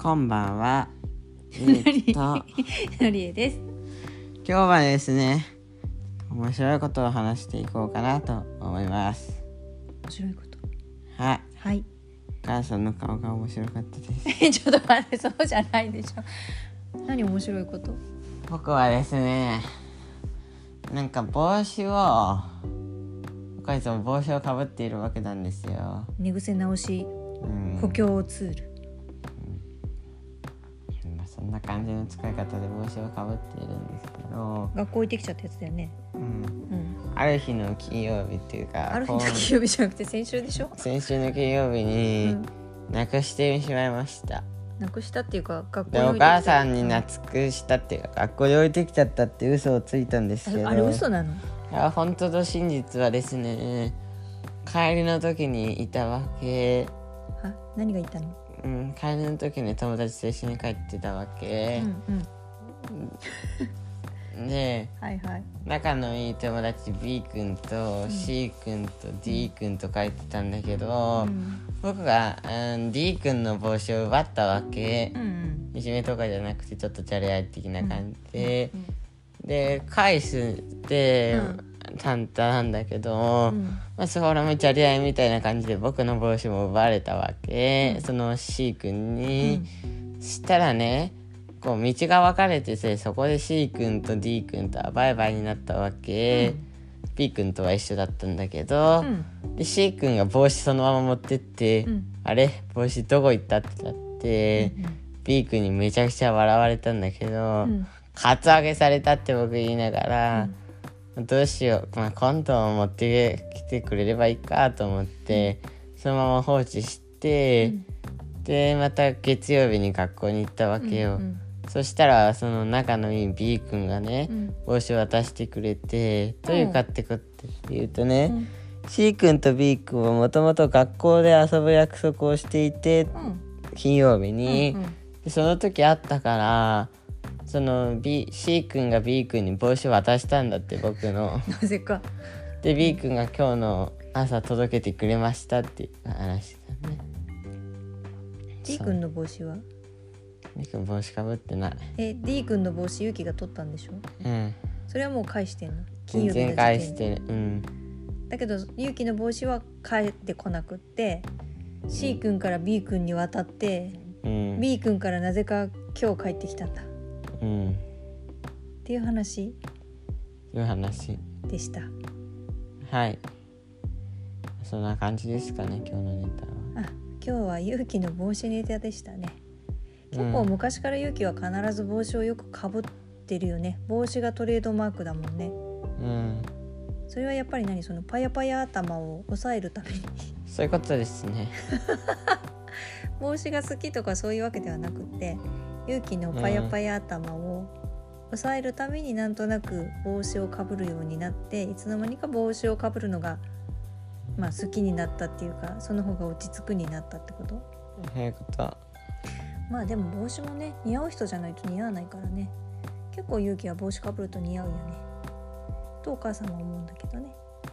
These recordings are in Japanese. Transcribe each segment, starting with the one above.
こんばんは。ゆうきとのりえです。 今日はですね、面白いことを話していこうかなと思います。 面白いこと。 はい。 はい。 お母さんの顔が面白かったです。 ちょっと待って、そうじゃないでしょ。何面白いこと？ 僕はですね、なんか帽子をお母さん帽子をかぶっているわけなんですよ。 寝癖直し、補強ツール。 そんな感じの使い方で帽子をかぶっているんですけど、 学校行ってきちゃったやつだよね。 ある日の金曜日っていうか、 ある日の金曜日じゃなくて先週でしょ。 先週の金曜日になくしてしまいました。 なくしたっていうか、学校でにお母さんになくしたっていうか、学校に置いてきちゃったって嘘をついたんですけど、 あれ嘘なの？ いや本当と真実はですね、帰りの時にいたわけ。 何がいたの？ 帰りの時に友達と一緒に帰ってたわけ、で、仲のいい友達 B 君と C 君と D 君と帰ってたんだけど、僕が、D 君の帽子を奪ったわけ、いじめとかじゃなくてちょっとチャレ合い的な感じで、で返すって簡単なんだけど、そこらめチャレ合いみたいな感じで僕の帽子も奪われたわけ、その C 君に、したらね、こう道が分かれてて、そこで C 君と D 君とはバイバイになったわけ、B 君とは一緒だったんだけど、で C 君が帽子そのまま持ってって、あれ帽子どこ行ったってなって、B 君にめちゃくちゃ笑われたんだけど、カツアゲされたって僕言いながら、どうしよう、今度持ってきてくれればいいかと思って、そのまま放置して、でまた月曜日に学校に行ったわけよ、そしたらその仲のいい B 君がね、帽子を渡してくれて、どういうかってことって言うとね、C 君と B 君はもともと学校で遊ぶ約束をしていて、金曜日に、でその時あったから、その C 君が B 君に帽子を渡したんだって、僕の。 なぜか。 で B 君が今日の朝届けてくれましたって話だね。 D 君の帽子は？ D 君帽子かぶってない。 D 君の帽子ゆきが取ったんでしょ？それはもう返してんの？ 金曜日の時点で返してる。 だけどゆきの帽子は帰ってこなくって、C 君から B 君に渡って、B 君からなぜか今日帰ってきたんだ。っていう話でした。はい。 そんな感じですかね、今日のネタは。 今日はゆうきの帽子ネタでしたね。結構昔からゆうきは必ず帽子をよくかぶってるよね。帽子がトレードマークだもんね。それはやっぱりそのパヤパヤ頭を抑えるためにそういうことですね。 帽子が好きとかそういうわけではなくって、ゆうきのパヤパヤ頭を抑えるためになんとなく帽子をかぶるようになって、いつの間にか帽子をかぶるのが好きになったっていうか、その方が落ち着くになったってこと？ そういうこと。 でも帽子もね、似合う人じゃないと似合わないからね。結構勇気は帽子かぶると似合うよねとお母さんは思うんだけどね。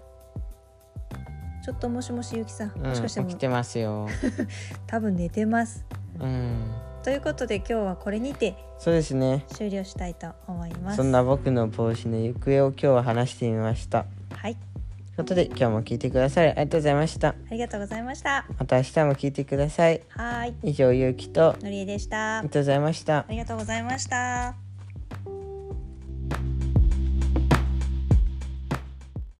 ちょっともしもしゆきさん、もしかしても起きてますよ。 多分寝てます。ということで今日はこれにてそうですね、 終了したいと思います。 そんな僕の帽子の行方を今日は話してみました。 はい。 ということで今日も聞いてくださりありがとうございました。 ありがとうございました。 また明日も聞いてください。 はい。 以上ゆうきとのりえでした。 ありがとうございました。 ありがとうございました。